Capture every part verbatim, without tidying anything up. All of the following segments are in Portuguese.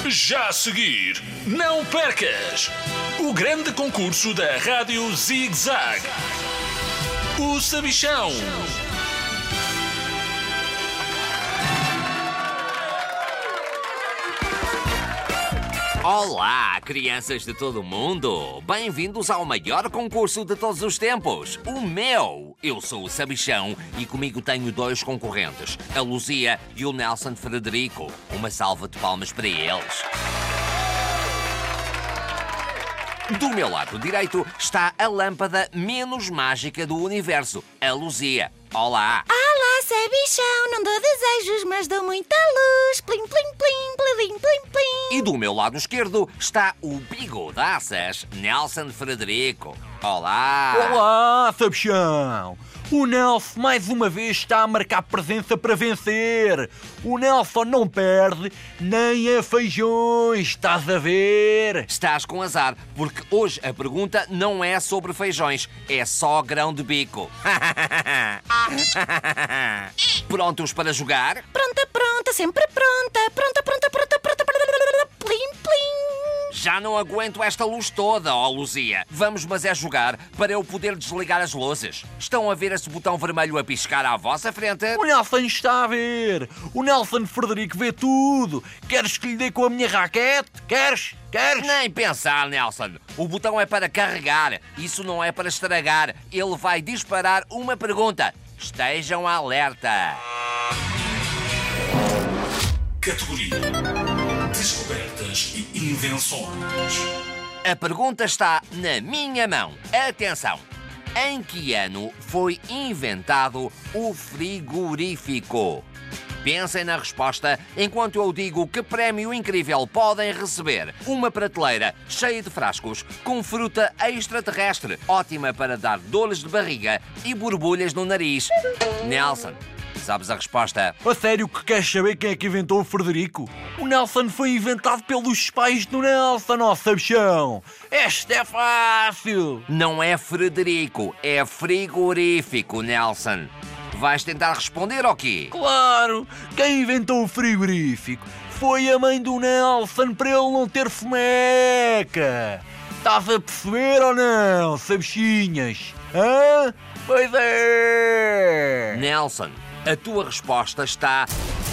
Já a seguir, não percas o grande concurso da Rádio Zig Zag, o Sabichão. Olá, crianças de todo o mundo! Bem-vindos ao maior concurso de todos os tempos, o meu! Eu sou o Sabichão e comigo tenho dois concorrentes, a Luzia e o Nelson Frederico. Uma salva de palmas para eles. Do meu lado direito está a lâmpada menos mágica do universo, a Luzia. Olá! Olá, Sabichão! Não dou desejos, mas dou muita luz. Plim, plim, plim, plim, plim, plim. E do meu lado esquerdo está o bigodaças Nelson Frederico. Olá! Olá, Sabichão! O Nelson mais uma vez está a marcar presença para vencer. O Nelson não perde nem a feijões, estás a ver? Estás com azar, porque hoje a pergunta não é sobre feijões, é só grão de bico. Prontos para jogar? Pronta, pronta, sempre pronta. Pronta, pronta, pronta, pronta. Plim, plim. Já não aguento esta luz toda, ó Luzia. Vamos, mas é jogar para eu poder desligar as luzes. Estão a ver esse botão vermelho a piscar à vossa frente? O Nelson está a ver. O Nelson Frederico vê tudo. Queres que lhe dê com a minha raquete? Queres? Queres? Nem pensar, Nelson. O botão é para carregar. Isso não é para estragar. Ele vai disparar uma pergunta. Estejam alerta. Categoria Descobertas e Invenções. A pergunta está na minha mão. Atenção! Em que ano foi inventado o frigorífico? Pensem na resposta enquanto eu digo que prémio incrível podem receber. Uma prateleira cheia de frascos com fruta extraterrestre, ótima para dar dores de barriga e borbulhas no nariz. Nelson, sabes a resposta? A sério que queres saber quem é que inventou o Frederico? O Nelson foi inventado pelos pais do Nelson, ó Sabichão! Esta é fácil! Não é Frederico, é frigorífico, Nelson. Vais tentar responder ou quê? Claro! Quem inventou o frigorífico foi a mãe do Nelson para ele não ter fomeca! Estás a perceber ou não, Sabichinhas? Hã? Pois é! Nelson, a tua resposta está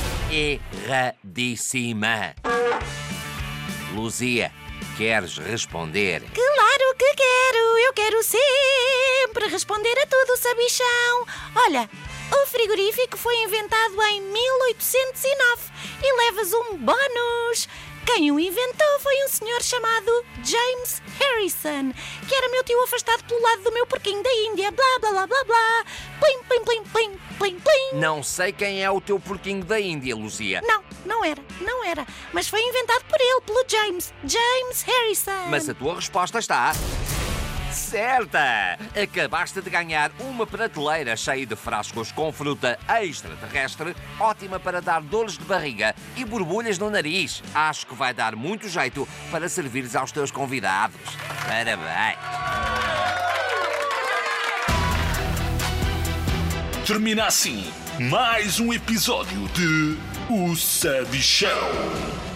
erradíssima. Luzia, queres responder? Claro que quero. Eu quero sempre responder a tudo, Sabichão. Olha, o frigorífico foi inventado em mil oitocentos e nove e levas um bónus. Quem o inventou foi um senhor chamado James Harrison, que era meu tio afastado pelo lado do meu porquinho da Índia. Blá, blá, blá, blá, blá. Plim, plim, plim, plim, plim, plim. Não sei quem é o teu porquinho da Índia, Luzia. Não, não era, não era. Mas foi inventado por ele, pelo James. James Harrison. Mas a tua resposta está certa! Acabaste de ganhar uma prateleira cheia de frascos com fruta extraterrestre, ótima para dar dores de barriga e borbulhas no nariz. Acho que vai dar muito jeito para servires aos teus convidados. Parabéns! Termina assim mais um episódio de O Sabichão.